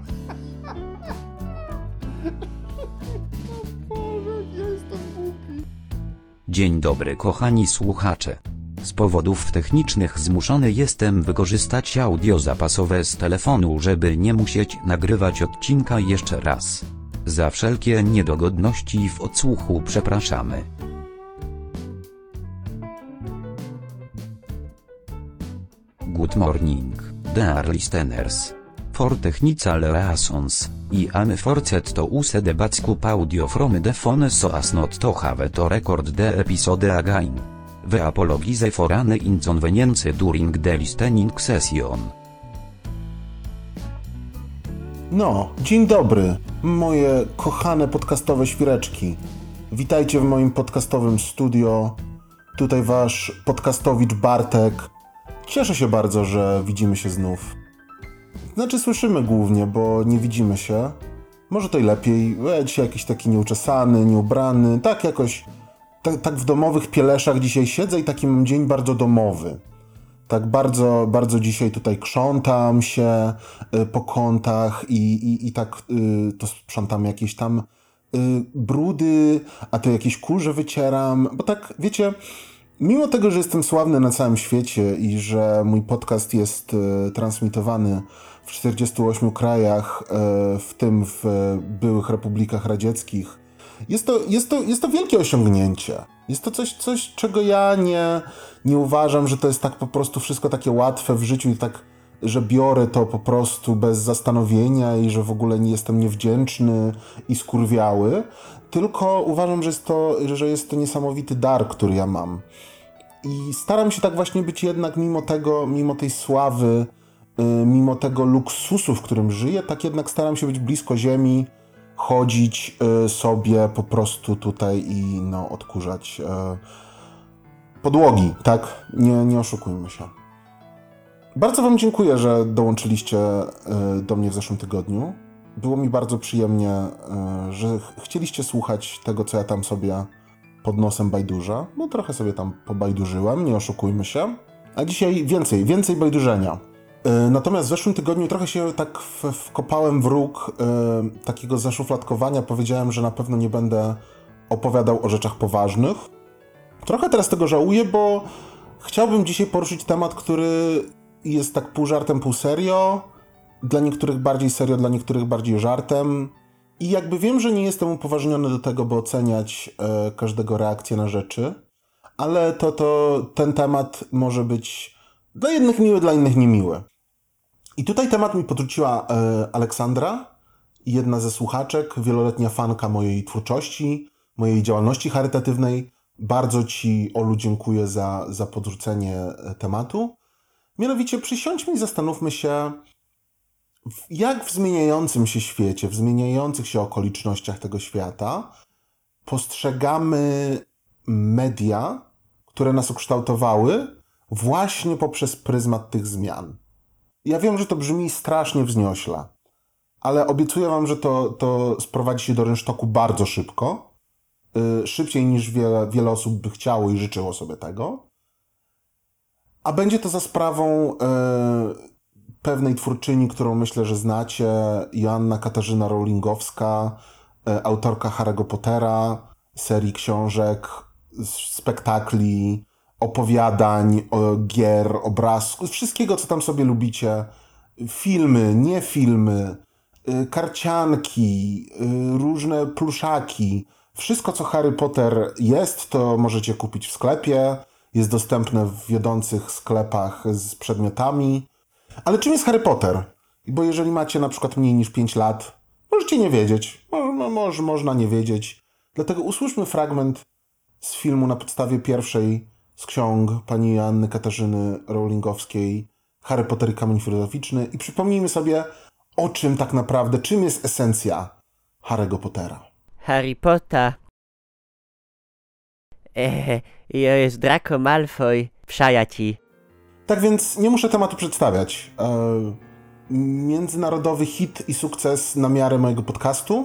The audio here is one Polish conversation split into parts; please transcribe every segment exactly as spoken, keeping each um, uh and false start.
Dzień dobry kochani słuchacze. Z powodów technicznych zmuszony jestem wykorzystać audio zapasowe z telefonu, żeby nie musieć nagrywać odcinka jeszcze raz. Za wszelkie niedogodności w odsłuchu przepraszamy. Good morning, dear listeners. For technical reasons, I am forced to use the backup audio from the phone so as not to have to record the episode again. We apologize for any inconvenience during the listening session. No, dzień dobry, moje kochane podcastowe świreczki. Witajcie w moim podcastowym studio. Tutaj wasz podcastowicz Bartek. Cieszę się bardzo, że widzimy się znów. Znaczy słyszymy głównie, bo nie widzimy się. Może to i lepiej. Ja dzisiaj jakiś taki nieuczesany, nieubrany. Tak jakoś, tak, tak w domowych pieleszach dzisiaj siedzę i taki mam dzień bardzo domowy. Tak bardzo, bardzo dzisiaj tutaj krzątam się y, po kątach i, i, i tak y, to sprzątam jakieś tam y, brudy, a to jakieś kurze wycieram. Bo tak, wiecie... Mimo tego, że jestem sławny na całym świecie i że mój podcast jest e, transmitowany w czterdziestu ośmiu krajach, e, w tym w e, byłych republikach radzieckich, jest to, jest to, jest to wielkie osiągnięcie. Jest to coś, coś czego ja nie, nie uważam, że to jest tak po prostu wszystko takie łatwe w życiu i tak, że biorę to po prostu bez zastanowienia i że w ogóle nie jestem niewdzięczny i skurwiały, tylko uważam, że jest to, że jest to niesamowity dar, który ja mam. I staram się tak właśnie być jednak mimo tego, mimo tej sławy, yy, mimo tego luksusu, w którym żyję, tak jednak staram się być blisko ziemi, chodzić yy, sobie po prostu tutaj i no, odkurzać yy, podłogi, tak? Nie, nie oszukujmy się. Bardzo wam dziękuję, że dołączyliście yy, do mnie w zeszłym tygodniu. Było mi bardzo przyjemnie, yy, że ch- chcieliście słuchać tego, co ja tam sobie pod nosem bajdurza, bo trochę sobie tam pobajdurzyłem, nie oszukujmy się. A dzisiaj więcej, więcej bajdurzenia. Yy, natomiast w zeszłym tygodniu trochę się tak w, wkopałem w róg yy, takiego zaszufladkowania. Powiedziałem, że na pewno nie będę opowiadał o rzeczach poważnych. Trochę teraz tego żałuję, bo chciałbym dzisiaj poruszyć temat, który jest tak pół żartem, pół serio. Dla niektórych bardziej serio, dla niektórych bardziej żartem. I jakby wiem, że nie jestem upoważniony do tego, by oceniać e, każdego reakcję na rzeczy, ale to, to ten temat może być dla jednych miły, dla innych niemiły. I tutaj temat mi podrzuciła e, Aleksandra, jedna ze słuchaczek, wieloletnia fanka mojej twórczości, mojej działalności charytatywnej. Bardzo ci, Olu, dziękuję za, za podrzucenie tematu. Mianowicie przysiądźmy i zastanówmy się, jak w zmieniającym się świecie, w zmieniających się okolicznościach tego świata postrzegamy media, które nas ukształtowały właśnie poprzez pryzmat tych zmian. Ja wiem, że to brzmi strasznie wzniośle, ale obiecuję wam, że to, to sprowadzi się do rynsztoku bardzo szybko, yy, szybciej niż wiele, wiele osób by chciało i życzyło sobie tego. A będzie to za sprawą yy, pewnej twórczyni, którą myślę, że znacie, Joanna Katarzyna Rowlingowska, e, autorka Harry'ego Pottera, serii książek, spektakli, opowiadań, o, gier, obrazków, wszystkiego, co tam sobie lubicie. Filmy, nie filmy, y, karcianki, y, różne pluszaki. Wszystko, co Harry Potter jest, to możecie kupić w sklepie. Jest dostępne w wiodących sklepach z przedmiotami. Ale czym jest Harry Potter? Bo jeżeli macie na przykład mniej niż pięć lat, możecie nie wiedzieć. Mo- może można nie wiedzieć. Dlatego usłyszmy fragment z filmu na podstawie pierwszej z ksiąg pani Joanny Katarzyny Rowlingowskiej, Harry Potter i Kamień Filozoficzny, i przypomnijmy sobie, o czym tak naprawdę, czym jest esencja Harry'ego Pottera. Harry Potter. Ehe, ja jest Draco Malfoy, przyjaci. Tak więc nie muszę tematu przedstawiać. E, międzynarodowy hit i sukces na miarę mojego podcastu.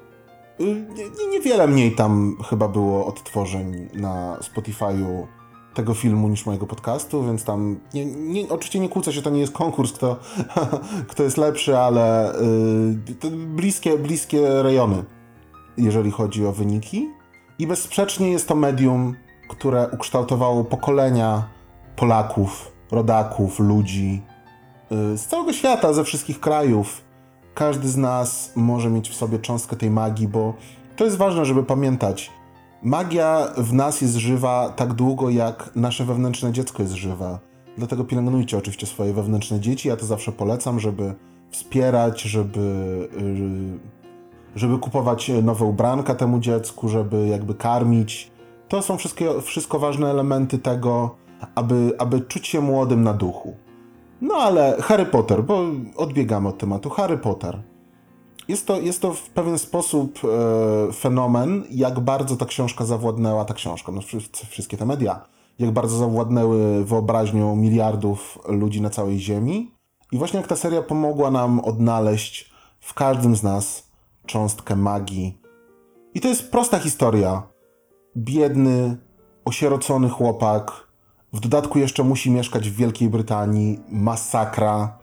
E, nie, niewiele mniej tam chyba było odtworzeń na Spotify'u tego filmu niż mojego podcastu, więc tam nie, nie, oczywiście nie kłócę się, to nie jest konkurs, kto, kto jest lepszy, ale yy, to bliskie, bliskie rejony, jeżeli chodzi o wyniki. I bezsprzecznie jest to medium, które ukształtowało pokolenia Polaków, rodaków, ludzi yy, z całego świata, ze wszystkich krajów. Każdy z nas może mieć w sobie cząstkę tej magii, bo to jest ważne, żeby pamiętać. Magia w nas jest żywa tak długo, jak nasze wewnętrzne dziecko jest żywe. Dlatego pielęgnujcie oczywiście swoje wewnętrzne dzieci. Ja to zawsze polecam, żeby wspierać, żeby, żeby kupować nowe ubranka temu dziecku, żeby jakby karmić. To są wszystkie, wszystko ważne elementy tego, aby, aby czuć się młodym na duchu. No ale Harry Potter, bo odbiegamy od tematu. Harry Potter. Jest to, jest to w pewien sposób e, fenomen, jak bardzo ta książka zawładnęła, ta książka, no wszystkie te media, jak bardzo zawładnęły wyobraźnią miliardów ludzi na całej ziemi. I właśnie jak ta seria pomogła nam odnaleźć w każdym z nas cząstkę magii. I to jest prosta historia. Biedny, osierocony chłopak, w dodatku jeszcze musi mieszkać w Wielkiej Brytanii, masakra.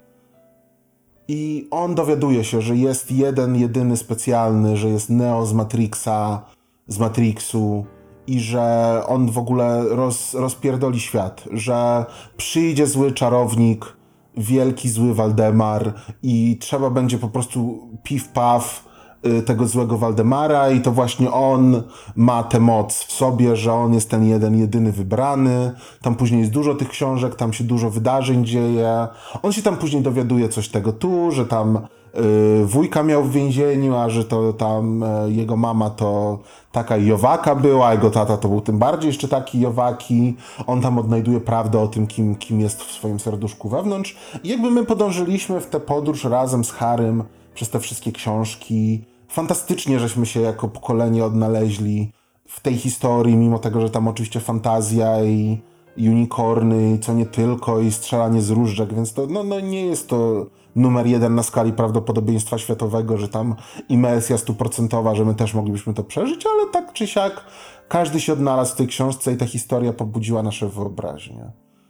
I on dowiaduje się, że jest jeden, jedyny specjalny, że jest Neo z Matrixa, z Matrixu i że on w ogóle roz, rozpierdoli świat, że przyjdzie zły czarownik, wielki zły Waldemar i trzeba będzie po prostu piw-paw tego złego Waldemara i to właśnie on ma tę moc w sobie, że on jest ten jeden, jedyny wybrany. Tam później jest dużo tych książek, tam się dużo wydarzeń dzieje. On się tam później dowiaduje coś tego tu, że tam yy, wujka miał w więzieniu, a że to tam yy, jego mama to taka Jowaka była, jego tata to był tym bardziej jeszcze taki Jowaki. On tam odnajduje prawdę o tym, kim, kim jest w swoim serduszku wewnątrz. I jakby my podążyliśmy w tę podróż razem z Harrym przez te wszystkie książki. Fantastycznie, żeśmy się jako pokolenie odnaleźli w tej historii, mimo tego, że tam oczywiście fantazja i unicorny i co nie tylko, i strzelanie z różdżek, więc to no, no nie jest to numer jeden na skali prawdopodobieństwa światowego, że tam imersja stuprocentowa, że my też moglibyśmy to przeżyć, ale tak czy siak każdy się odnalazł w tej książce i ta historia pobudziła nasze wyobraźnie.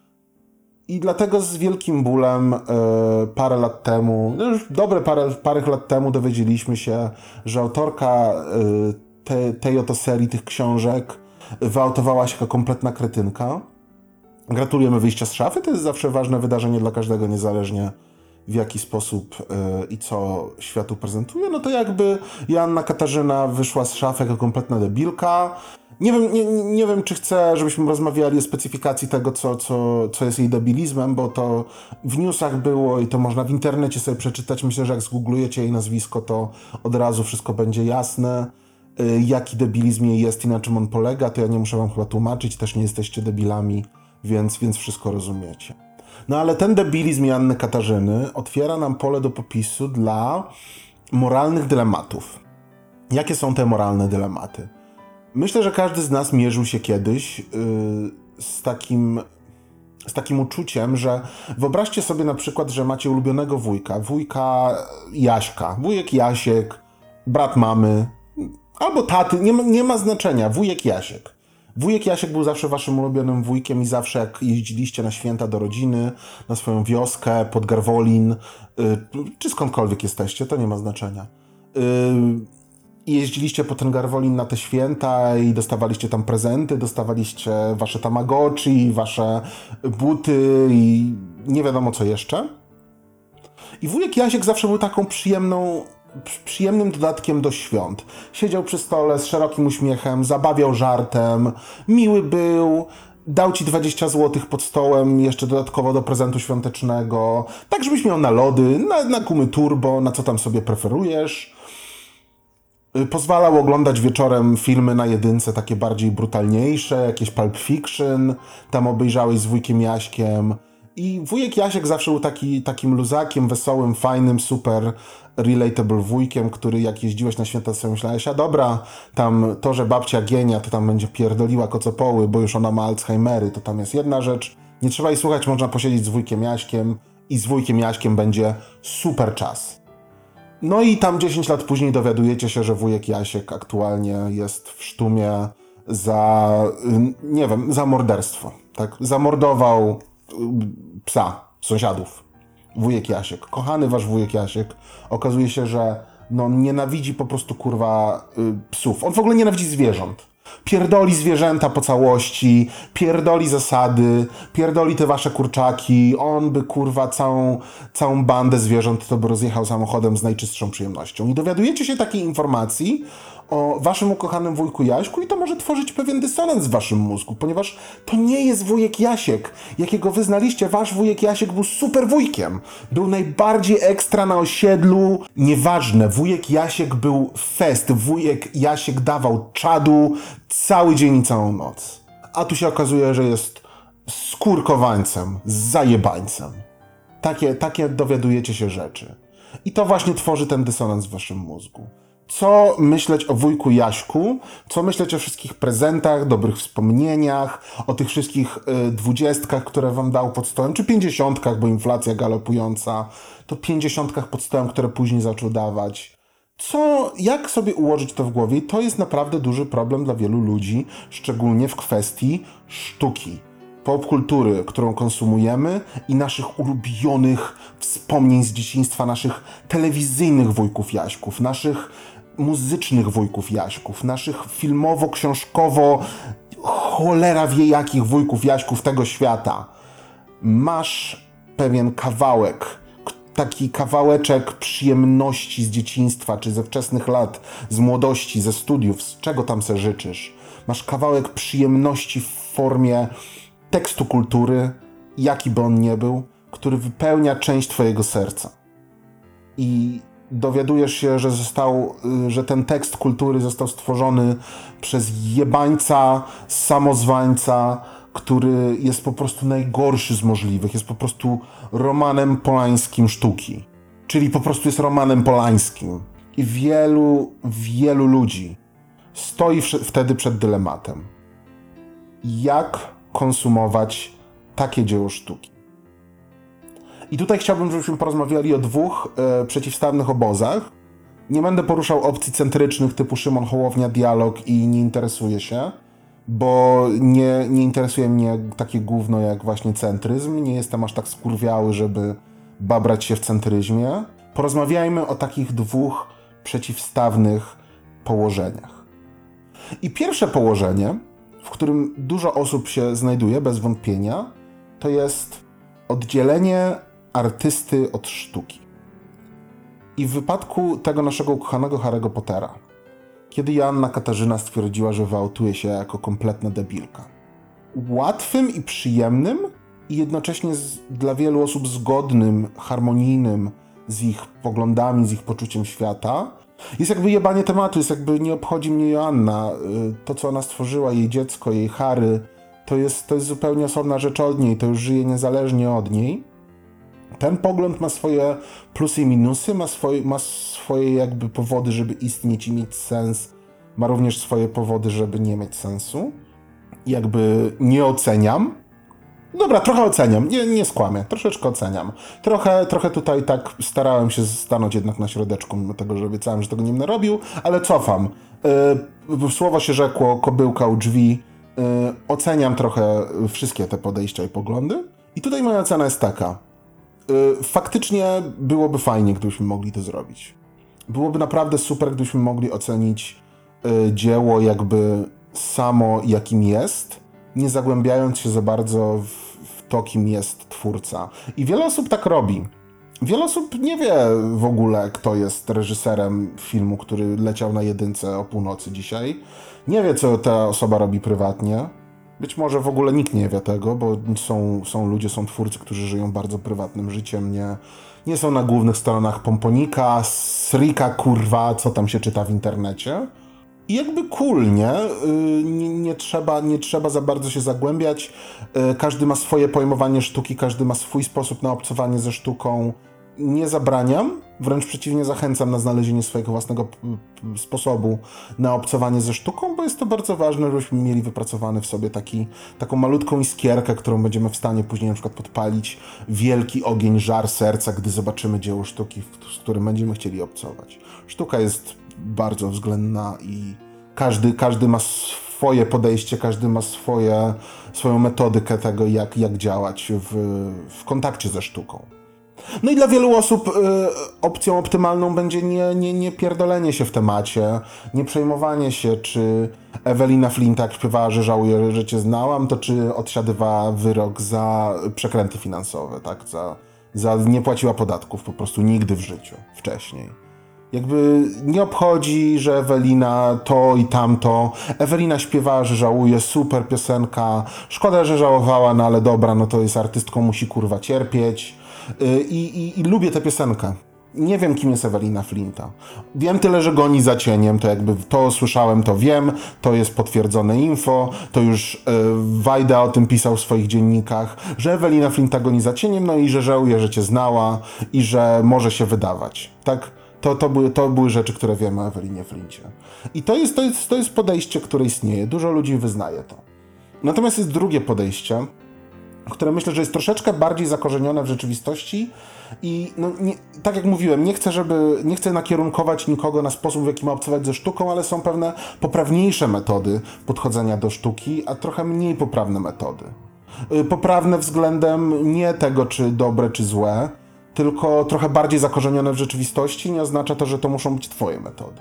I dlatego z wielkim bólem e, parę lat temu, no już dobre parę, parę lat temu dowiedzieliśmy się, że autorka e, te, tej oto serii tych książek wyautowała się jako kompletna kretynka. Gratulujemy wyjścia z szafy, to jest zawsze ważne wydarzenie dla każdego, niezależnie w jaki sposób e, i co światu prezentuje. No to jakby Joanna Katarzyna wyszła z szafy jako kompletna debilka. Nie wiem, nie, nie wiem, czy chcę, żebyśmy rozmawiali o specyfikacji tego, co, co, co jest jej debilizmem, bo to w newsach było i to można w internecie sobie przeczytać. Myślę, że jak zgooglujecie jej nazwisko, to od razu wszystko będzie jasne, jaki debilizm jej jest i na czym on polega. To ja nie muszę wam chyba tłumaczyć, też nie jesteście debilami, więc, więc wszystko rozumiecie. No ale ten debilizm Joanny Katarzyny otwiera nam pole do popisu dla moralnych dylematów. Jakie są te moralne dylematy? Myślę, że każdy z nas mierzył się kiedyś yy, z takim, z takim uczuciem, że wyobraźcie sobie na przykład, że macie ulubionego wujka, wujka Jaśka, wujek Jasiek, brat mamy, albo taty, nie ma, nie ma znaczenia, wujek Jasiek. Wujek Jasiek był zawsze waszym ulubionym wujkiem i zawsze jak jeździliście na święta do rodziny, na swoją wioskę, pod Garwolin, yy, czy skądkolwiek jesteście, to nie ma znaczenia. Yy, I jeździliście po ten Garwolin na te święta i dostawaliście tam prezenty, dostawaliście wasze tamagotchi, wasze buty i nie wiadomo co jeszcze. I wujek Jasiek zawsze był taką przyjemną, przyjemnym dodatkiem do świąt. Siedział przy stole z szerokim uśmiechem, zabawiał żartem, miły był, dał ci dwadzieścia złotych pod stołem jeszcze dodatkowo do prezentu świątecznego, tak żebyś miał na lody, na, na gumy turbo, na co tam sobie preferujesz. Pozwalał oglądać wieczorem filmy na jedynce takie bardziej brutalniejsze, jakieś Pulp Fiction, tam obejrzałeś z wujkiem Jaśkiem. I wujek Jasiek zawsze był taki, takim luzakiem, wesołym, fajnym, super relatable wujkiem, który jak jeździłeś na święta sobie myślałeś, a dobra, tam to, że babcia Gienia to tam będzie pierdoliła kocopoły, bo już ona ma Alzheimery, to tam jest jedna rzecz. Nie trzeba jej słuchać, można posiedzieć z wujkiem Jaśkiem i z wujkiem Jaśkiem będzie super czas. No i tam dziesięć lat później dowiadujecie się, że wujek Jasiek aktualnie jest w sztumie za, nie wiem, za morderstwo, tak? Zamordował psa sąsiadów, wujek Jasiek. Kochany wasz wujek Jasiek. Okazuje się, że no nienawidzi po prostu, kurwa, psów. On w ogóle nienawidzi zwierząt. Pierdoli zwierzęta po całości, pierdoli zasady, pierdoli te wasze kurczaki. On by, kurwa, całą, całą bandę zwierząt to by rozjechał samochodem z najczystszą przyjemnością. I dowiadujecie się takiej informacji o waszym ukochanym wujku Jaśku i to może tworzyć pewien dysonans w waszym mózgu, ponieważ to nie jest wujek Jasiek, jakiego wy znaliście. Wasz wujek Jasiek był super wujkiem. Był najbardziej ekstra na osiedlu. Nieważne, wujek Jasiek był fest. Wujek Jasiek dawał czadu cały dzień i całą noc. A tu się okazuje, że jest skórkowańcem, zajebańcem. Takie, takie dowiadujecie się rzeczy. I to właśnie tworzy ten dysonans w waszym mózgu. Co myśleć o wujku Jaśku, co myśleć o wszystkich prezentach, dobrych wspomnieniach, o tych wszystkich y, dwudziestkach, które wam dał pod stołem, czy pięćdziesiątkach, bo inflacja galopująca, to pięćdziesiątkach pod stołem, które później zaczął dawać. Co, jak sobie ułożyć to w głowie? I to jest naprawdę duży problem dla wielu ludzi, szczególnie w kwestii sztuki, popkultury, którą konsumujemy i naszych ulubionych wspomnień z dzieciństwa, naszych telewizyjnych wujków Jaśków, naszych muzycznych wujków Jaśków, naszych filmowo-książkowo cholera wie jakich wujków Jaśków tego świata. Masz pewien kawałek, taki kawałeczek przyjemności z dzieciństwa, czy ze wczesnych lat, z młodości, ze studiów, z czego tam se życzysz. Masz kawałek przyjemności w formie tekstu kultury, jaki by on nie był, który wypełnia część twojego serca. I dowiadujesz się, że został, że ten tekst kultury został stworzony przez jebańca, samozwańca, który jest po prostu najgorszy z możliwych, jest po prostu Romanem Polańskim sztuki. Czyli po prostu jest Romanem Polańskim. I wielu, wielu ludzi stoi wtedy przed dylematem. Jak konsumować takie dzieło sztuki? I tutaj chciałbym, żebyśmy porozmawiali o dwóch e, przeciwstawnych obozach. Nie będę poruszał opcji centrycznych typu Szymon Hołownia, dialog i nie interesuję się, bo nie, nie interesuje mnie takie gówno jak właśnie centryzm. Nie jestem aż tak skurwiały, żeby babrać się w centryzmie. Porozmawiajmy o takich dwóch przeciwstawnych położeniach. I pierwsze położenie, w którym dużo osób się znajduje, bez wątpienia, to jest oddzielenie artysty od sztuki. I w wypadku tego naszego ukochanego Harry'ego Pottera, kiedy Joanna Katarzyna stwierdziła, że wyautuje się jako kompletna debilka. Łatwym i przyjemnym i jednocześnie z, dla wielu osób zgodnym, harmonijnym z ich poglądami, z ich poczuciem świata, jest jakby jebanie tematu, jest jakby nie obchodzi mnie Joanna. To, co ona stworzyła, jej dziecko, jej Harry, to jest, to jest zupełnie osobna rzecz od niej, to już żyje niezależnie od niej. Ten pogląd ma swoje plusy i minusy, ma swoje, ma swoje jakby powody, żeby istnieć i mieć sens. Ma również swoje powody, żeby nie mieć sensu. Jakby nie oceniam. Dobra, trochę oceniam, nie, nie skłamię, troszeczkę oceniam. Trochę, trochę tutaj tak starałem się stanąć jednak na środeczku, mimo tego, że obiecałem, że tego nie będę robił, ale cofam. Yy, słowo się rzekło, kobyłka u drzwi. Yy, oceniam trochę wszystkie te podejścia i poglądy. I tutaj moja ocena jest taka. Yy, faktycznie byłoby fajnie, gdybyśmy mogli to zrobić. Byłoby naprawdę super, gdybyśmy mogli ocenić yy, dzieło jakby samo, jakim jest, nie zagłębiając się za bardzo w, w to, kim jest twórca. I wiele osób tak robi. Wiele osób nie wie w ogóle, kto jest reżyserem filmu, który leciał na jedynce o północy dzisiaj. Nie wie, co ta osoba robi prywatnie. Być może w ogóle nikt nie wie tego, bo są, są ludzie, są twórcy, którzy żyją bardzo prywatnym życiem, nie, nie są na głównych stronach Pomponika, Srika, kurwa, co tam się czyta w internecie. I jakby cool, nie? Nie, nie, trzeba, nie trzeba za bardzo się zagłębiać. Każdy ma swoje pojmowanie sztuki, każdy ma swój sposób na obcowanie ze sztuką. Nie zabraniam, wręcz przeciwnie zachęcam na znalezienie swojego własnego sposobu na obcowanie ze sztuką, bo jest to bardzo ważne, żebyśmy mieli wypracowany w sobie taki, taką malutką iskierkę, którą będziemy w stanie później na przykład podpalić wielki ogień, żar serca, gdy zobaczymy dzieło sztuki, z którym będziemy chcieli obcować. Sztuka jest bardzo względna i każdy, każdy ma swoje podejście, każdy ma swoje, swoją metodykę tego, jak, jak działać w, w kontakcie ze sztuką. No i dla wielu osób y, opcją optymalną będzie nie, nie, nie pierdolenie się w temacie, nie przejmowanie się, czy Ewelina Flint, jak śpiewała, że żałuje, że cię znałam, to czy odsiadywała wyrok za przekręty finansowe, tak? Za, za nie płaciła podatków po prostu nigdy w życiu wcześniej. Jakby nie obchodzi, że Ewelina to i tamto. Ewelina śpiewała, że żałuje, super piosenka. Szkoda, że żałowała, no ale dobra, no to jest artystką, musi kurwa cierpieć. I, i, i lubię tę piosenkę. Nie wiem, kim jest Ewelina Flinta. Wiem tyle, że goni za cieniem, to jakby to słyszałem, to wiem, to jest potwierdzone info, to już yy, Wajda o tym pisał w swoich dziennikach, że Ewelina Flinta goni za cieniem, no i że żałuje, że cię znała i że może się wydawać. Tak? To, to, były, to były rzeczy, które wiemy o Ewelinie Flincie. I to jest, to, jest, to jest podejście, które istnieje. Dużo ludzi wyznaje to. Natomiast jest drugie podejście, które myślę, że jest troszeczkę bardziej zakorzenione w rzeczywistości i no, nie, tak jak mówiłem, nie chcę, żeby, nie chcę nakierunkować nikogo na sposób, w jaki ma obcować ze sztuką, ale są pewne poprawniejsze metody podchodzenia do sztuki, a trochę mniej poprawne metody. Poprawne względem nie tego, czy dobre, czy złe, tylko trochę bardziej zakorzenione w rzeczywistości. Nie oznacza to, że to muszą być twoje metody.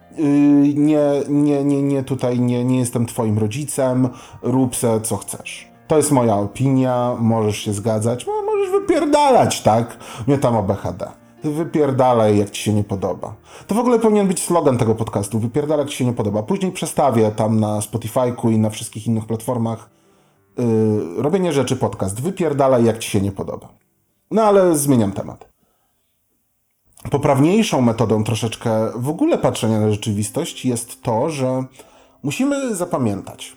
Nie, nie, nie, nie tutaj nie, nie jestem twoim rodzicem, rób se co chcesz. To jest moja opinia, możesz się zgadzać, no, możesz wypierdalać, tak? Mnie tam o B H D. Wypierdalaj, jak ci się nie podoba. To w ogóle powinien być slogan tego podcastu, wypierdalaj, jak ci się nie podoba. Później przestawię tam na Spotify'ku i na wszystkich innych platformach yy, robienie rzeczy podcast. Wypierdalaj, jak ci się nie podoba. No ale zmieniam temat. Poprawniejszą metodą troszeczkę w ogóle patrzenia na rzeczywistość jest to, że musimy zapamiętać,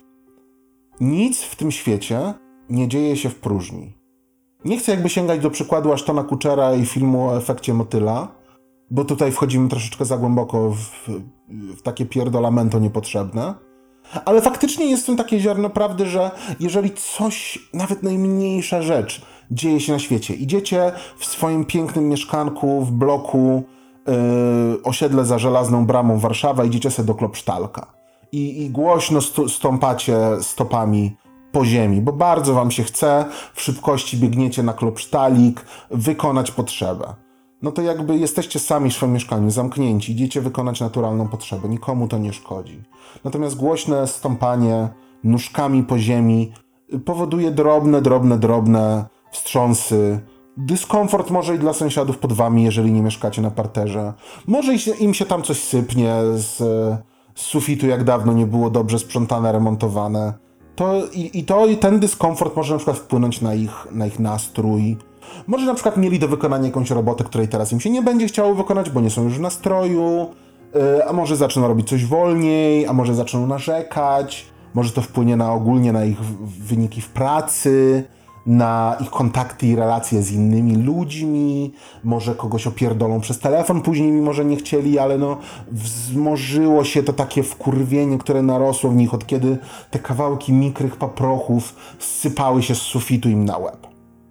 nic w tym świecie nie dzieje się w próżni. Nie chcę jakby sięgać do przykładu Ashtona Kutchera i filmu o efekcie motyla, bo tutaj wchodzimy troszeczkę za głęboko w, w takie pierdolamento niepotrzebne. Ale faktycznie jest w tym takie ziarno prawdy, że jeżeli coś, nawet najmniejsza rzecz dzieje się na świecie, idziecie w swoim pięknym mieszkanku, w bloku, yy, osiedle za Żelazną Bramą Warszawa, idziecie sobie do Klopsztalka. I, i głośno stu, stąpacie stopami po ziemi, bo bardzo wam się chce, w szybkości biegniecie na klopsztalik, wykonać potrzebę. No to jakby jesteście sami w swoim mieszkaniu, zamknięci, idziecie wykonać naturalną potrzebę, nikomu to nie szkodzi. Natomiast głośne stąpanie nóżkami po ziemi powoduje drobne, drobne, drobne wstrząsy, dyskomfort może i dla sąsiadów pod wami, jeżeli nie mieszkacie na parterze. Może im się tam coś sypnie z, z sufitu, jak dawno nie było dobrze sprzątane, remontowane. To i, i to i ten dyskomfort może na przykład wpłynąć na ich, na ich nastrój. Może na przykład mieli do wykonania jakąś robotę, której teraz im się nie będzie chciało wykonać, bo nie są już w nastroju, yy, a może zaczną robić coś wolniej, a może zaczną narzekać, może to wpłynie na ogólnie na ich w- wyniki w pracy, na ich kontakty i relacje z innymi ludźmi, może kogoś opierdolą przez telefon, później mimo, że nie chcieli, ale no wzmożyło się to takie wkurwienie, które narosło w nich, od kiedy te kawałki mikrych paprochów zsypały się z sufitu im na łeb.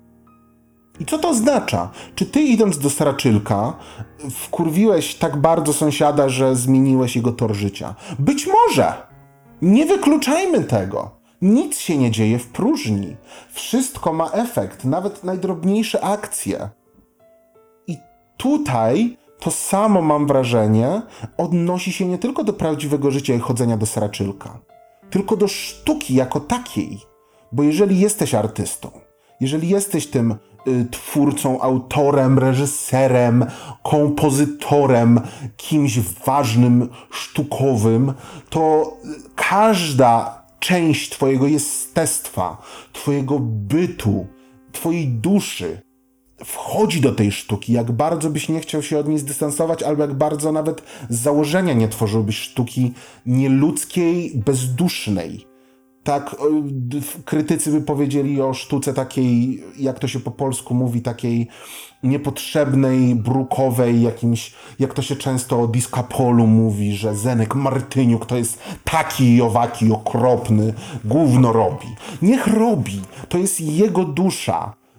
I co to oznacza? Czy ty, idąc do straczylka, wkurwiłeś tak bardzo sąsiada, że zmieniłeś jego tor życia? Być może! Nie wykluczajmy tego! Nic się nie dzieje w próżni. Wszystko ma efekt, nawet najdrobniejsze akcje. I tutaj to samo, mam wrażenie, odnosi się nie tylko do prawdziwego życia i chodzenia do sraczylka, tylko do sztuki jako takiej. Bo jeżeli jesteś artystą, jeżeli jesteś tym y, twórcą, autorem, reżyserem, kompozytorem, kimś ważnym, sztukowym, to każda część twojego jestestwa, twojego bytu, twojej duszy wchodzi do tej sztuki, jak bardzo byś nie chciał się od niej zdystansować, albo jak bardzo nawet z założenia nie tworzyłbyś sztuki nieludzkiej, bezdusznej. Tak, krytycy by powiedzieli o sztuce takiej, jak to się po polsku mówi, takiej niepotrzebnej, brukowej, jakimś, jak to się często o Discapolu mówi, że Zenek Martyniuk to jest taki i owaki, okropny, gówno robi. Niech robi, to jest jego dusza.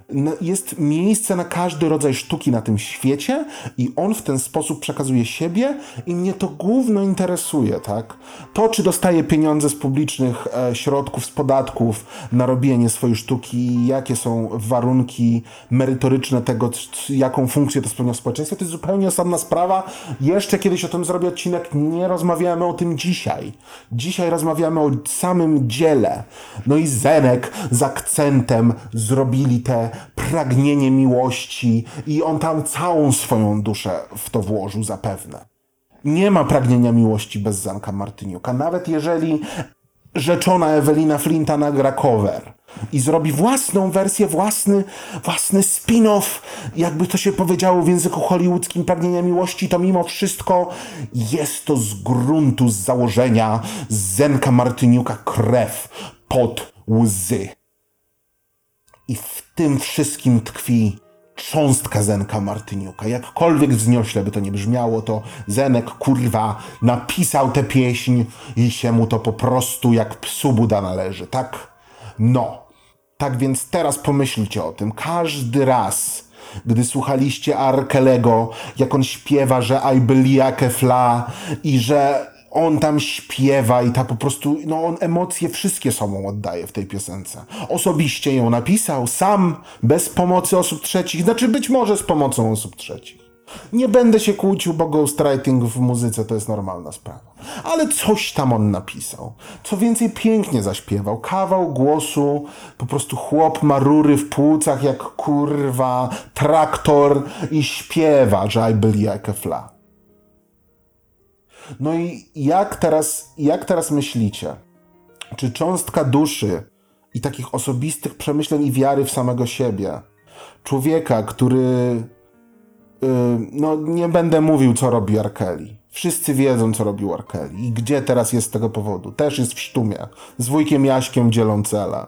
Jest miejsce na każdy rodzaj sztuki na tym świecie i on w ten sposób przekazuje siebie i mnie to gówno interesuje, tak? To, czy dostaje pieniądze z publicznych e, środków, z podatków na robienie swojej sztuki, jakie są warunki merytoryczne tego, c- jaką funkcję to spełnia w społeczeństwie, to jest zupełnie osobna sprawa. Jeszcze kiedyś o tym zrobię odcinek, nie rozmawiamy o tym dzisiaj. Dzisiaj rozmawiamy o samym dziele. No i Zenek z akcentem zrobili te pragnienie miłości i on tam całą swoją duszę w to włożył zapewne. Nie ma pragnienia miłości bez Zenka Martyniuka. Nawet jeżeli rzeczona Ewelina Flinta nagra cover i zrobi własną wersję, własny, własny spin-off, jakby to się powiedziało w języku hollywoodzkim, pragnienia miłości, to mimo wszystko jest to z gruntu, z założenia z Zenka Martyniuka krew pod łzy. I w tym wszystkim tkwi cząstka Zenka Martyniuka. Jakkolwiek wzniośle by to nie brzmiało, to Zenek, kurwa, napisał tę pieśń i się mu to po prostu jak psu Buda należy, tak? No. Tak więc teraz pomyślcie o tym. Każdy raz, gdy słuchaliście R. Kelly'ego, jak on śpiewa, że I believe I can fly i że on tam śpiewa i ta po prostu, no on emocje wszystkie sobą oddaje w tej piosence. Osobiście ją napisał, sam, bez pomocy osób trzecich, znaczy być może z pomocą osób trzecich. Nie będę się kłócił, bo ghostwriting w muzyce to jest normalna sprawa. Ale coś tam on napisał. Co więcej, pięknie zaśpiewał. Kawał głosu, po prostu chłop ma rury w płucach jak kurwa traktor i śpiewa, że I believe I can fly. No i jak teraz, jak teraz myślicie? Czy cząstka duszy i takich osobistych przemyśleń i wiary w samego siebie, człowieka, który... Yy, no nie będę mówił, co robi R. Kelly. Wszyscy wiedzą, co robił R. Kelly i gdzie teraz jest z tego powodu. Też jest w sztumie. Z wujkiem Jaśkiem dzielą cele.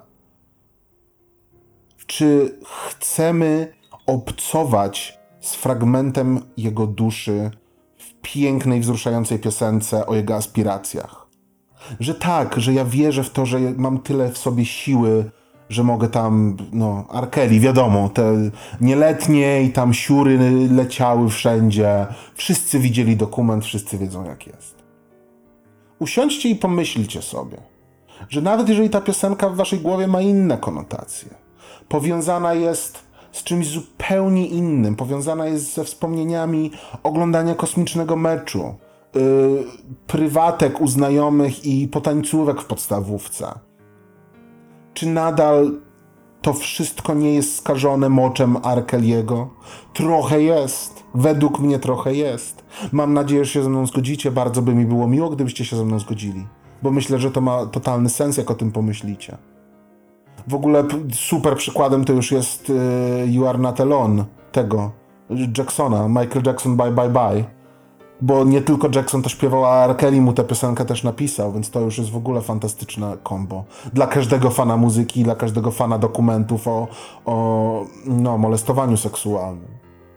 Czy chcemy obcować z fragmentem jego duszy w pięknej, wzruszającej piosence o jego aspiracjach? Że tak, że ja wierzę w to, że mam tyle w sobie siły, że mogę tam, no, R. Kelly, wiadomo, te nieletnie i tam siury leciały wszędzie. Wszyscy widzieli dokument, wszyscy wiedzą, jak jest. Usiądźcie i pomyślcie sobie, że nawet jeżeli ta piosenka w waszej głowie ma inne konotacje, powiązana jest z czymś zupełnie innym, powiązana jest ze wspomnieniami oglądania kosmicznego meczu, yy, prywatek u znajomych i potańcówek w podstawówce. Czy nadal to wszystko nie jest skażone moczem R. Kelly'ego? Trochę jest. Według mnie trochę jest. Mam nadzieję, że się ze mną zgodzicie. Bardzo by mi było miło, gdybyście się ze mną zgodzili. Bo myślę, że to ma totalny sens, jak o tym pomyślicie. W ogóle super przykładem to już jest y, You Are Not Alone tego Jacksona. Michael Jackson Bye Bye Bye. Bo nie tylko Jackson to śpiewał, a R. Kelly mu tę piosenkę też napisał, więc to już jest w ogóle fantastyczne kombo. Dla każdego fana muzyki, dla każdego fana dokumentów o, o no, molestowaniu seksualnym.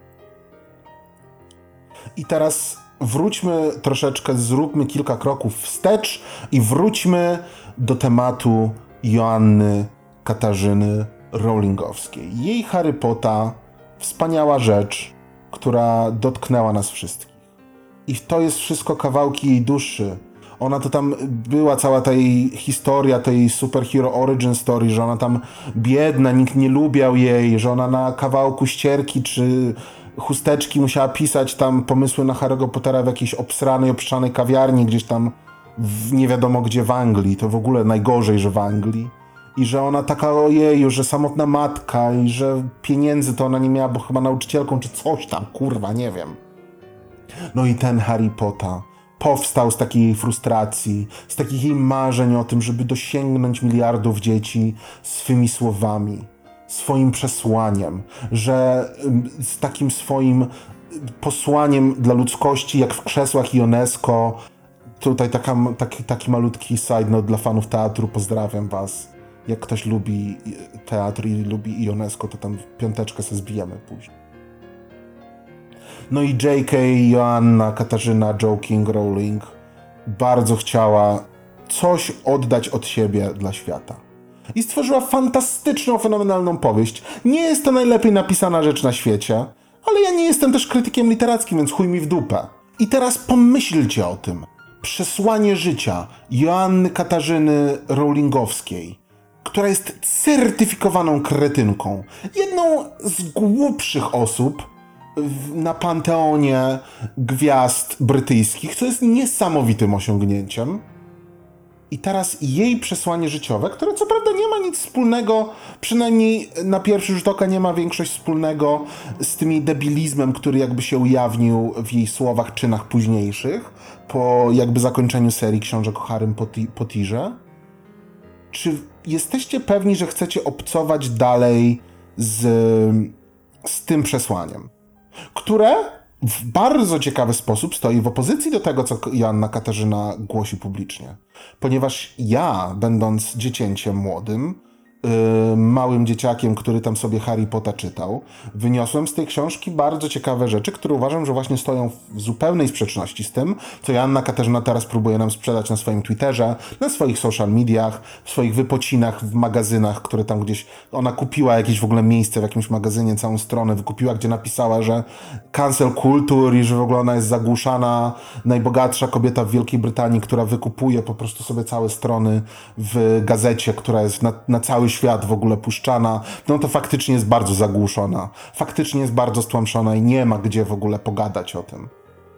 I teraz wróćmy troszeczkę, zróbmy kilka kroków wstecz i wróćmy do tematu Joanny Katarzyny Rowlingowskiej. Jej Harry Potter, wspaniała rzecz, która dotknęła nas wszystkich. I to jest wszystko kawałki jej duszy. Ona to tam była, cała ta jej historia, tej superhero origin story, że ona tam biedna, nikt nie lubiał jej, że ona na kawałku ścierki czy chusteczki musiała pisać tam pomysły na Harry'ego Pottera w jakiejś obsranej, obszanej kawiarni gdzieś tam w nie wiadomo gdzie w Anglii. To w ogóle najgorzej, że w Anglii. I że ona taka ojeju, że samotna matka i że pieniędzy to ona nie miała, bo chyba nauczycielką czy coś tam, kurwa, nie wiem. No i ten Harry Potter powstał z takiej jej frustracji, z takich jej marzeń o tym, żeby dosięgnąć miliardów dzieci swymi słowami, swoim przesłaniem, że z takim swoim posłaniem dla ludzkości, jak w Krzesłach Ionesco. Tutaj taka, taki, taki malutki side note dla fanów teatru, pozdrawiam was. Jak ktoś lubi teatr i lubi Ionesco, to tam piąteczkę sobie zbijemy później. No i J K. Joanna Katarzyna Joking Rowling bardzo chciała coś oddać od siebie dla świata. I stworzyła fantastyczną, fenomenalną powieść. Nie jest to najlepiej napisana rzecz na świecie, ale ja nie jestem też krytykiem literackim, więc chuj mi w dupę. I teraz pomyślcie o tym. Przesłanie życia Joanny Katarzyny Rowlingowskiej, która jest certyfikowaną kretynką. Jedną z głupszych osób w, na panteonie gwiazd brytyjskich, co jest niesamowitym osiągnięciem. I teraz jej przesłanie życiowe, które co prawda nie ma nic wspólnego, przynajmniej na pierwszy rzut oka nie ma większość wspólnego z tym jej debilizmem, który jakby się ujawnił w jej słowach, czynach późniejszych, po jakby zakończeniu serii książek o Harrym Potterze. Czy jesteście pewni, że chcecie obcować dalej z, z tym przesłaniem, które w bardzo ciekawy sposób stoi w opozycji do tego, co Joanna Katarzyna głosi publicznie. Ponieważ ja, będąc dziecięciem młodym, yy, małym dzieciakiem, który tam sobie Harry Pottera czytał, wyniosłem z tej książki bardzo ciekawe rzeczy, które uważam, że właśnie stoją w zupełnej sprzeczności z tym, co Joanna Katarzyna teraz próbuje nam sprzedać na swoim Twitterze, na swoich social mediach, w swoich wypocinach w magazynach, które tam gdzieś... Ona kupiła jakieś w ogóle miejsce w jakimś magazynie, całą stronę wykupiła, gdzie napisała, że cancel culture i że w ogóle ona jest zagłuszana, najbogatsza kobieta w Wielkiej Brytanii, która wykupuje po prostu sobie całe strony w gazecie, która jest na, na cały świat w ogóle puszczana, no to faktycznie jest bardzo zagłuszona. Faktycznie jest bardzo stłamszona i nie ma gdzie w ogóle pogadać o tym.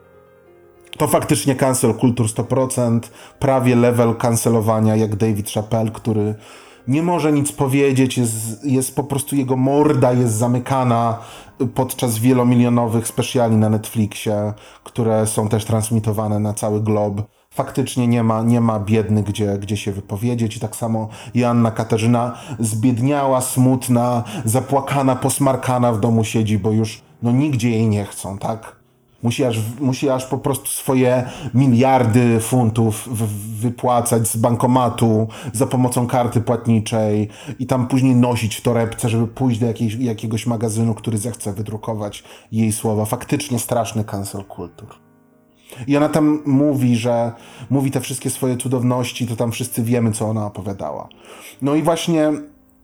To faktycznie cancel culture sto procent, prawie level cancelowania jak David Chappelle, który nie może nic powiedzieć, jest, jest po prostu jego morda jest zamykana podczas wielomilionowych specjali na Netflixie, które są też transmitowane na cały glob. Faktycznie nie ma, nie ma biedny, gdzie, gdzie się wypowiedzieć. I tak samo Joanna Katarzyna zbiedniała, smutna, zapłakana, posmarkana w domu siedzi, bo już no nigdzie jej nie chcą, tak? Musi aż, musi aż po prostu swoje miliardy funtów w, wypłacać z bankomatu za pomocą karty płatniczej i tam później nosić w torebce, żeby pójść do jakiejś, jakiegoś magazynu, który zechce wydrukować jej słowa. Faktycznie straszny cancel culture. I ona tam mówi, że mówi te wszystkie swoje cudowności, to tam wszyscy wiemy, co ona opowiadała. No i właśnie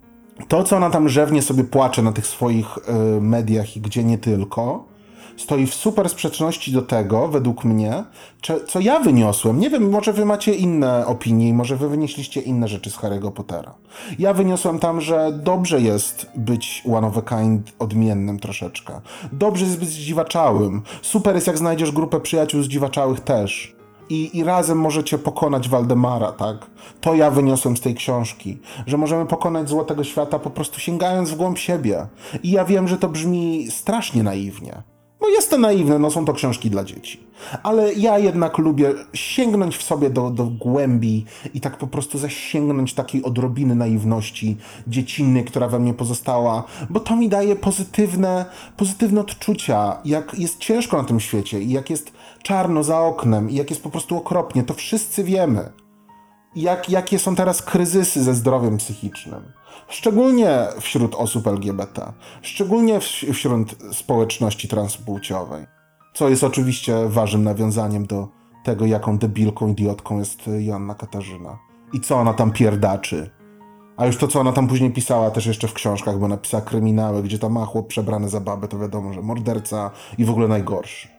to, co ona tam rzewnie sobie płacze na tych swoich y, mediach i gdzie nie tylko, stoi w super sprzeczności do tego, według mnie, co ja wyniosłem. Nie wiem, może wy macie inne opinie i może wy wynieśliście inne rzeczy z Harry'ego Pottera. Ja wyniosłem tam, że dobrze jest być one of a kind odmiennym troszeczkę. Dobrze jest być zdziwaczałym. Super jest, jak znajdziesz grupę przyjaciół zdziwaczałych też. I, I razem możecie pokonać Waldemara, tak? To ja wyniosłem z tej książki, że możemy pokonać Złotego Świata po prostu sięgając w głąb siebie. I ja wiem, że to brzmi strasznie naiwnie. No jest to naiwne, no są to książki dla dzieci. Ale ja jednak lubię sięgnąć w sobie do, do głębi i tak po prostu zasięgnąć takiej odrobiny naiwności dziecinnej, która we mnie pozostała, bo to mi daje pozytywne, pozytywne odczucia, jak jest ciężko na tym świecie i jak jest czarno za oknem i jak jest po prostu okropnie, to wszyscy wiemy. Jak, jakie są teraz kryzysy ze zdrowiem psychicznym. Szczególnie wśród osób L G B T. Szczególnie wśród społeczności transpłciowej. Co jest oczywiście ważnym nawiązaniem do tego, jaką debilką, idiotką jest Joanna Katarzyna. I co ona tam pierdaczy. A już to, co ona tam później pisała też jeszcze w książkach, bo napisała kryminały, gdzie tam ma chłop przebrany za babę, to wiadomo, że morderca i w ogóle najgorszy.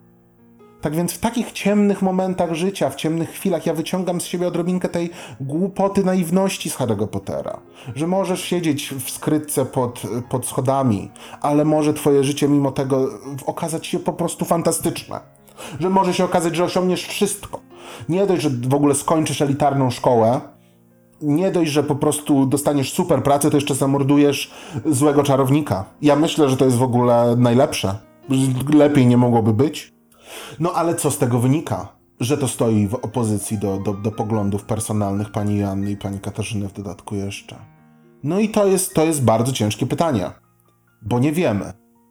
Tak więc w takich ciemnych momentach życia, w ciemnych chwilach ja wyciągam z siebie odrobinkę tej głupoty, naiwności z Harry'ego Pottera. Że możesz siedzieć w skrytce pod, pod schodami, ale może twoje życie mimo tego okazać się po prostu fantastyczne. Że może się okazać, że osiągniesz wszystko. Nie dość, że w ogóle skończysz elitarną szkołę, nie dość, że po prostu dostaniesz super pracę, to jeszcze zamordujesz złego czarownika. Ja myślę, że to jest w ogóle najlepsze. Lepiej nie mogłoby być. No ale co z tego wynika? Że to stoi w opozycji do, do, do poglądów personalnych pani Joanny i pani Katarzyny w dodatku jeszcze. No i to jest, to jest bardzo ciężkie pytanie, bo nie wiemy.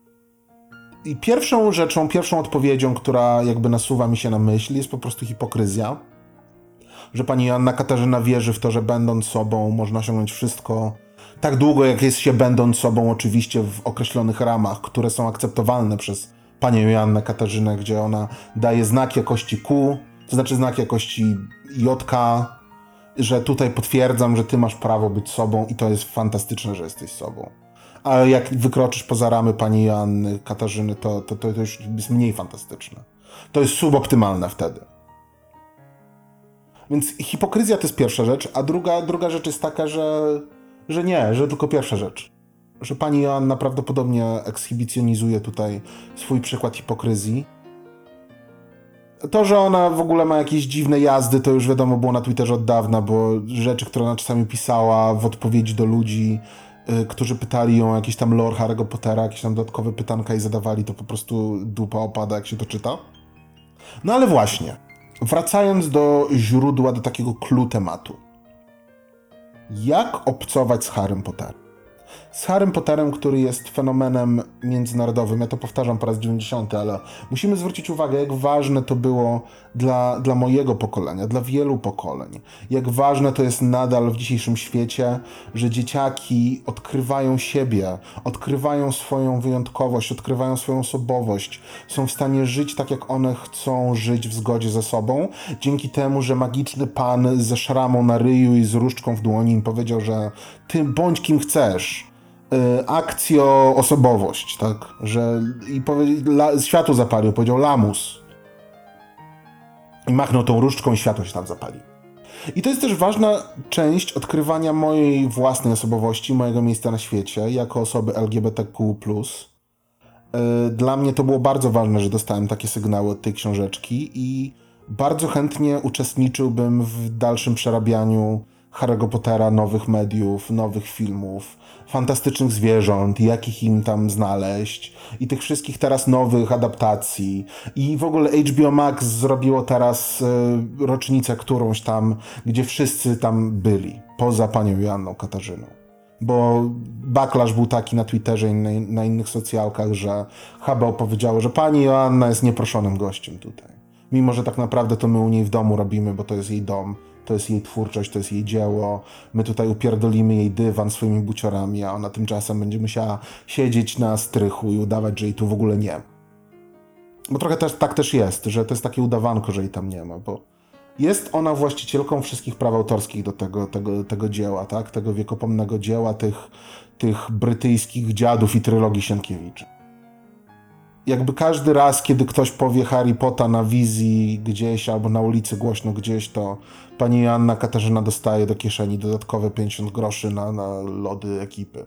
I pierwszą rzeczą, pierwszą odpowiedzią, która jakby nasuwa mi się na myśl, jest po prostu hipokryzja. Że pani Joanna Katarzyna wierzy w to, że będąc sobą można osiągnąć wszystko tak długo, jak jest się będąc sobą, oczywiście w określonych ramach, które są akceptowalne przez panią Joannę Katarzynę, gdzie ona daje znak jakości Q, to znaczy znak jakości J K, że tutaj potwierdzam, że ty masz prawo być sobą i to jest fantastyczne, że jesteś sobą. Ale jak wykroczysz poza ramy pani Joanny Katarzyny, to, to, to już jest mniej fantastyczne. To jest suboptymalne wtedy. Więc hipokryzja to jest pierwsza rzecz, a druga, druga rzecz jest taka, że, że nie, że tylko pierwsza rzecz. Że pani Joanna prawdopodobnie ekshibicjonizuje tutaj swój przykład hipokryzji. To, że ona w ogóle ma jakieś dziwne jazdy, to już wiadomo było na Twitterze od dawna, bo rzeczy, które ona czasami pisała w odpowiedzi do ludzi, yy, którzy pytali ją o jakiś tam lore Harry'ego Pottera, jakieś tam dodatkowe pytanka i zadawali, to po prostu dupa opada, jak się to czyta. No ale właśnie, wracając do źródła, do takiego clue tematu. Jak obcować z Harrym Potterem? Z Harrym Potterem, który jest fenomenem międzynarodowym. Ja to powtarzam po raz dziewięćdziesiąty, ale musimy zwrócić uwagę, jak ważne to było dla, dla mojego pokolenia, dla wielu pokoleń. Jak ważne to jest nadal w dzisiejszym świecie, że dzieciaki odkrywają siebie, odkrywają swoją wyjątkowość, odkrywają swoją osobowość, są w stanie żyć tak, jak one chcą żyć w zgodzie ze sobą, dzięki temu, że magiczny pan ze szramą na ryju i z różdżką w dłoni im powiedział, że ty bądź kim chcesz. Akcjo osobowość, tak, że i powie, la, światło zapalił, powiedział lamus i machnął tą różdżką i światło się tam zapali. I to jest też ważna część odkrywania mojej własnej osobowości, mojego miejsca na świecie, jako osoby L G B T Q plus. Dla mnie to było bardzo ważne, że dostałem takie sygnały od tej książeczki i bardzo chętnie uczestniczyłbym w dalszym przerabianiu Harry'ego Pottera, nowych mediów, nowych filmów, fantastycznych zwierząt, jakich im tam znaleźć i tych wszystkich teraz nowych adaptacji. I w ogóle H B O Max zrobiło teraz y, rocznicę którąś tam, gdzie wszyscy tam byli, poza panią Joanną Katarzyną. Bo backlash był taki na Twitterze i na, na innych socjalkach, że H B O powiedziało, że pani Joanna jest nieproszonym gościem tutaj. Mimo, że tak naprawdę to my u niej w domu robimy, bo to jest jej dom. To jest jej twórczość, to jest jej dzieło. My tutaj upierdolimy jej dywan swoimi buciorami, a ona tymczasem będzie musiała siedzieć na strychu i udawać, że jej tu w ogóle nie ma. Bo trochę też, tak też jest, że to jest takie udawanko, że jej tam nie ma, bo jest ona właścicielką wszystkich praw autorskich do tego, tego, tego dzieła, tak? Tego wiekopomnego dzieła, tych, tych brytyjskich dziadów i trylogii Sienkiewicza. Jakby każdy raz, kiedy ktoś powie Harry Potter na wizji gdzieś albo na ulicy głośno gdzieś, to pani Joanna Katarzyna dostaje do kieszeni dodatkowe pięćdziesiąt groszy na, na lody ekipy.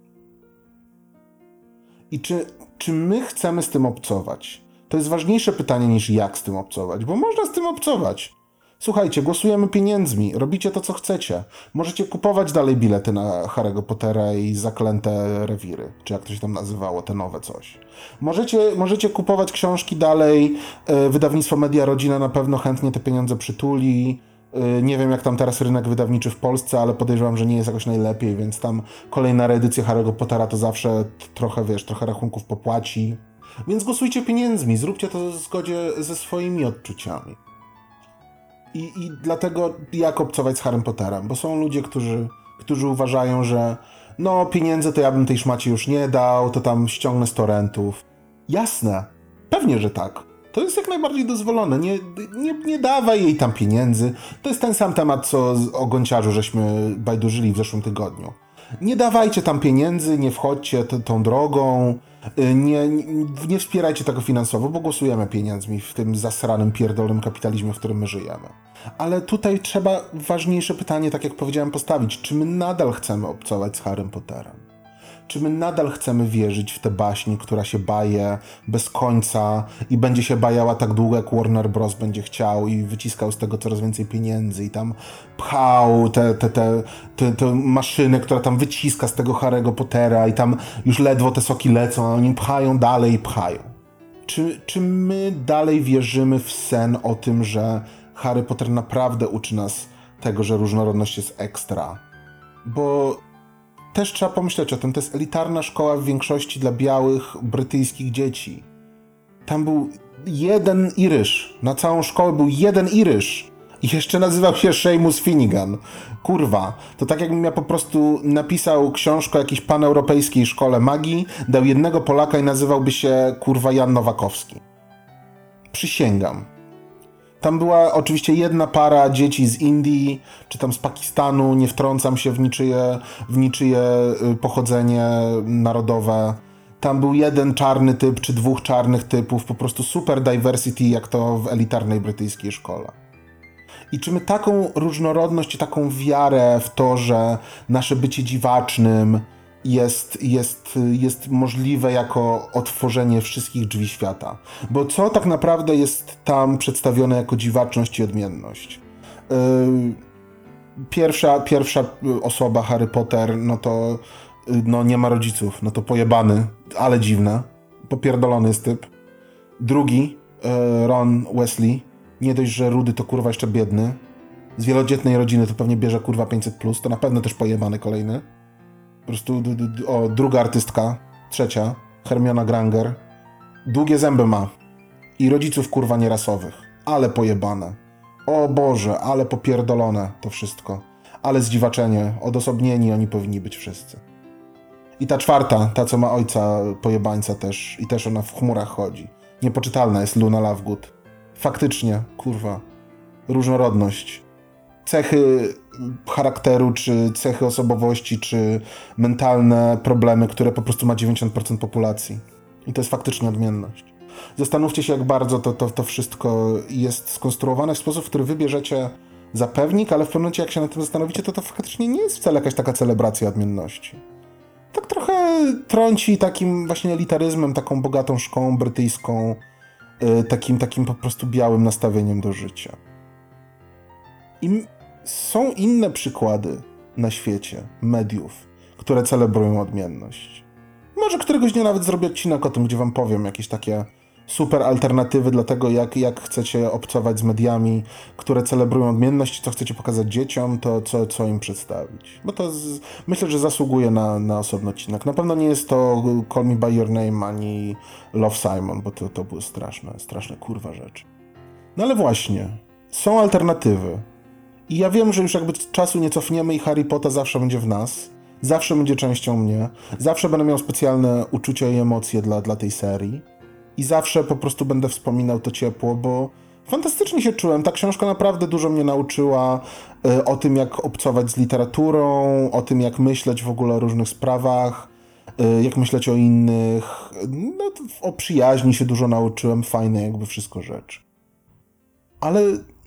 I czy, czy my chcemy z tym obcować? To jest ważniejsze pytanie niż jak z tym obcować, bo można z tym obcować. Słuchajcie, głosujemy pieniędzmi, robicie to, co chcecie. Możecie kupować dalej bilety na Harry'ego Pottera i Zaklęte Rewiry, czy jak to się tam nazywało, te nowe coś. Możecie, możecie kupować książki dalej, wydawnictwo Media Rodzina na pewno chętnie te pieniądze przytuli. Nie wiem, jak tam teraz rynek wydawniczy w Polsce, ale podejrzewam, że nie jest jakoś najlepiej, więc tam kolejna reedycja Harry'ego Pottera to zawsze trochę, wiesz, trochę rachunków popłaci. Więc głosujcie pieniędzmi, zróbcie to w zgodzie ze swoimi odczuciami. I, I dlatego jak obcować z Harrym Potterem? Bo są ludzie, którzy, którzy uważają, że no pieniędzy to ja bym tej szmacie już nie dał, to tam ściągnę z torrentów. Jasne, pewnie, że tak. To jest jak najbardziej dozwolone. Nie, nie, nie dawaj jej tam pieniędzy. To jest ten sam temat, co o Gonciarzu żeśmy bajdurzyli w zeszłym tygodniu. Nie dawajcie tam pieniędzy, nie wchodźcie t- tą drogą, nie, nie, nie wspierajcie tego finansowo, bo głosujemy pieniędzmi w tym zasranym, pierdolnym kapitalizmie, w którym my żyjemy. Ale tutaj trzeba ważniejsze pytanie, tak jak powiedziałem, postawić. Czy my nadal chcemy obcować z Harrym Potterem? Czy my nadal chcemy wierzyć w tę baśń, która się baje bez końca i będzie się bajała tak długo, jak Warner Bros. Będzie chciał i wyciskał z tego coraz więcej pieniędzy i tam pchał tę te, te, te, te maszynę, która tam wyciska z tego Harry'ego Pottera i tam już ledwo te soki lecą, a oni pchają dalej i pchają. Czy, czy my dalej wierzymy w sen o tym, że Harry Potter naprawdę uczy nas tego, że różnorodność jest ekstra? Bo też trzeba pomyśleć o tym, to jest elitarna szkoła w większości dla białych, brytyjskich dzieci. Tam był jeden Irysz. Na całą szkołę był jeden Irysz. I jeszcze nazywał się Seamus Finnegan. Kurwa, to tak jakbym ja po prostu napisał książkę o jakiejś paneuropejskiej szkole magii, dał jednego Polaka i nazywałby się, kurwa, Jan Nowakowski. Przysięgam. Tam była oczywiście jedna para dzieci z Indii, czy tam z Pakistanu, nie wtrącam się w niczyje, w niczyje pochodzenie narodowe. Tam był jeden czarny typ, czy dwóch czarnych typów, po prostu super diversity, jak to w elitarnej brytyjskiej szkole. I czy my taką różnorodność i taką wiarę w to, że nasze bycie dziwacznym jest, jest, jest możliwe jako otworzenie wszystkich drzwi świata? Bo co tak naprawdę jest tam przedstawione jako dziwaczność i odmienność? Yy, pierwsza, pierwsza osoba, Harry Potter, no to yy, no nie ma rodziców, no to pojebany, ale dziwne, popierdolony jest typ. Drugi, yy, Ron Weasley, nie dość, że rudy to kurwa jeszcze biedny. Z wielodzietnej rodziny to pewnie bierze kurwa pięćset plus, to na pewno też pojebany kolejny. Po prostu, d- d- o, druga artystka, trzecia, Hermiona Granger. Długie zęby ma. I rodziców kurwa nierasowych. Ale pojebane. O Boże, ale popierdolone to wszystko. Ale zdziwaczenie, odosobnieni oni powinni być wszyscy. I ta czwarta, ta co ma ojca pojebańca też. I też ona w chmurach chodzi. Niepoczytalna jest Luna Lovegood. Faktycznie, kurwa, różnorodność. Cechy charakteru, czy cechy osobowości, czy mentalne problemy, które po prostu ma dziewięćdziesiąt procent populacji. I to jest faktycznie odmienność. Zastanówcie się, jak bardzo to, to, to wszystko jest skonstruowane w sposób, w który wybierzecie za pewnik, ale w pewnym momencie, jak się nad tym zastanowicie, to to faktycznie nie jest wcale jakaś taka celebracja odmienności. Tak trochę trąci takim właśnie elitaryzmem, taką bogatą szkołą brytyjską, Takim, takim po prostu białym nastawieniem do życia. I są inne przykłady na świecie mediów, które celebrują odmienność. Może któregoś dnia nawet zrobię odcinek o tym, gdzie wam powiem jakieś takie super alternatywy dla tego, jak, jak chcecie obcować z mediami, które celebrują odmienność, co chcecie pokazać dzieciom, to co, co im przedstawić. Bo to z, myślę, że zasługuje na, na osobny odcinek. Na pewno nie jest to Call Me By Your Name ani Love, Simon, bo to, to były straszne, straszne kurwa rzeczy. No ale właśnie, są alternatywy. I ja wiem, że już jakby czasu nie cofniemy i Harry Potter zawsze będzie w nas. Zawsze będzie częścią mnie. Zawsze będę miał specjalne uczucia i emocje dla, dla tej serii. I zawsze po prostu będę wspominał to ciepło, bo fantastycznie się czułem. Ta książka naprawdę dużo mnie nauczyła y, o tym, jak obcować z literaturą, o tym, jak myśleć w ogóle o różnych sprawach, y, jak myśleć o innych. No, o przyjaźni się dużo nauczyłem, fajne jakby wszystko rzeczy. Ale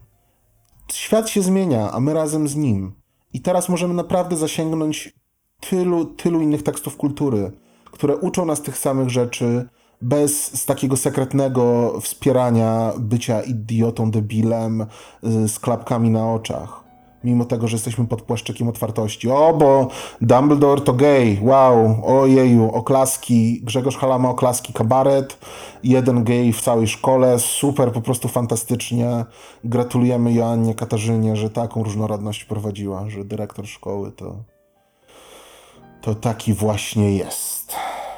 świat się zmienia, a my razem z nim. I teraz możemy naprawdę zasięgnąć tylu, tylu innych tekstów kultury, które uczą nas tych samych rzeczy, bez z takiego sekretnego wspierania bycia idiotą, debilem, z klapkami na oczach. Mimo tego, że jesteśmy pod płaszczykiem otwartości. O, bo Dumbledore to gej, wow, ojeju, oklaski, Grzegorz Halama oklaski kabaret, jeden gej w całej szkole, super, po prostu fantastycznie. Gratulujemy Joannie Katarzynie, że taką różnorodność prowadziła, że dyrektor szkoły to, to taki właśnie jest.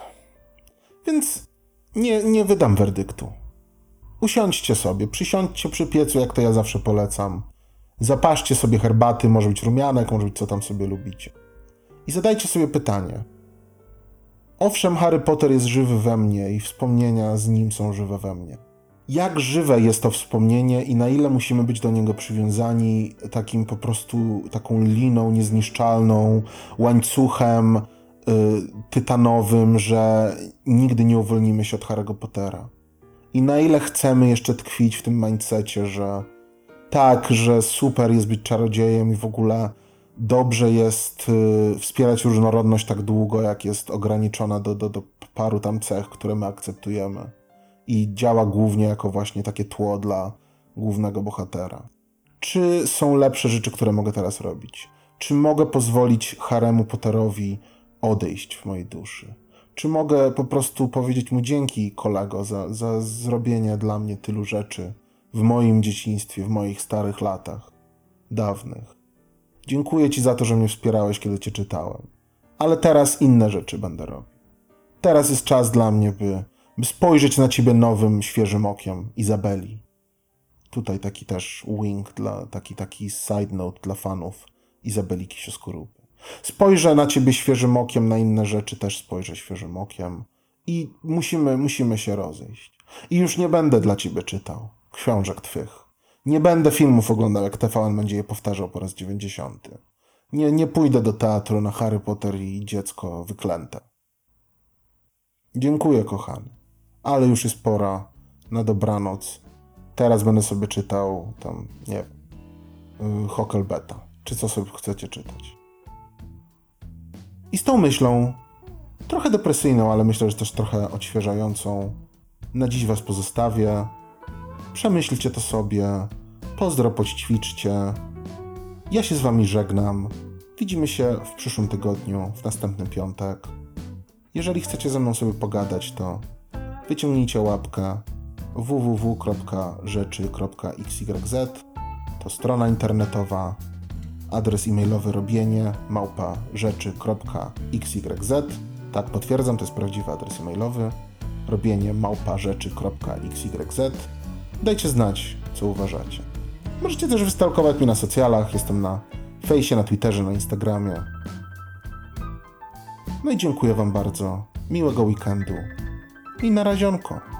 Więc Nie, nie wydam werdyktu. Usiądźcie sobie, przysiądźcie przy piecu, jak to ja zawsze polecam. Zapaszcie sobie herbaty, może być rumianek, może być co tam sobie lubicie. I zadajcie sobie pytanie. Owszem, Harry Potter jest żywy we mnie i wspomnienia z nim są żywe we mnie. Jak żywe jest to wspomnienie i na ile musimy być do niego przywiązani takim po prostu, taką liną niezniszczalną, łańcuchem, tytanowym, że nigdy nie uwolnimy się od Harry'ego Pottera. I na ile chcemy jeszcze tkwić w tym mindsetie, że tak, że super jest być czarodziejem i w ogóle dobrze jest y, wspierać różnorodność tak długo, jak jest ograniczona do, do, do paru tam cech, które my akceptujemy. I działa głównie jako właśnie takie tło dla głównego bohatera. Czy są lepsze rzeczy, które mogę teraz robić? Czy mogę pozwolić Harry'emu Potterowi odejść w mojej duszy? Czy mogę po prostu powiedzieć mu dzięki, kolego, za, za zrobienie dla mnie tylu rzeczy w moim dzieciństwie, w moich starych latach, dawnych. Dziękuję ci za to, że mnie wspierałeś, kiedy cię czytałem. Ale teraz inne rzeczy będę robił. Teraz jest czas dla mnie, by, by spojrzeć na ciebie nowym, świeżym okiem, Izabeli. Tutaj taki też wink, dla, taki, taki side note dla fanów Izabeli Kisioskorupy. Spojrzę na ciebie świeżym okiem, na inne rzeczy też spojrzę świeżym okiem i musimy, musimy się rozejść. I już nie będę dla ciebie czytał książek twych. Nie będę filmów oglądał, jak T V N będzie je powtarzał po raz dziewięćdziesiąty. Nie, nie pójdę do teatru na Harry Potter i Dziecko Wyklęte. Dziękuję, kochany. Ale już jest pora na dobranoc. Teraz będę sobie czytał tam, nie wiem, yy, Hockelbeta. Czy co sobie chcecie czytać. I z tą myślą, trochę depresyjną, ale myślę, że też trochę odświeżającą, na dziś was pozostawię. Przemyślcie to sobie. Pozdro, poćwiczcie. Ja się z wami żegnam. Widzimy się w przyszłym tygodniu, w następny piątek. Jeżeli chcecie ze mną sobie pogadać, to wyciągnijcie łapkę w w w kropka rzeczy kropka x y z. To strona internetowa, adres e-mailowy robienie małpa rzeczy kropka x y z. Tak, potwierdzam, to jest prawdziwy adres e-mailowy. Robienie małpa rzeczy kropka x y z. Dajcie znać, co uważacie. Możecie też wystalkować mnie na socjalach. Jestem na fejsie, na Twitterze, na Instagramie. No i dziękuję wam bardzo. Miłego weekendu. I na razionko.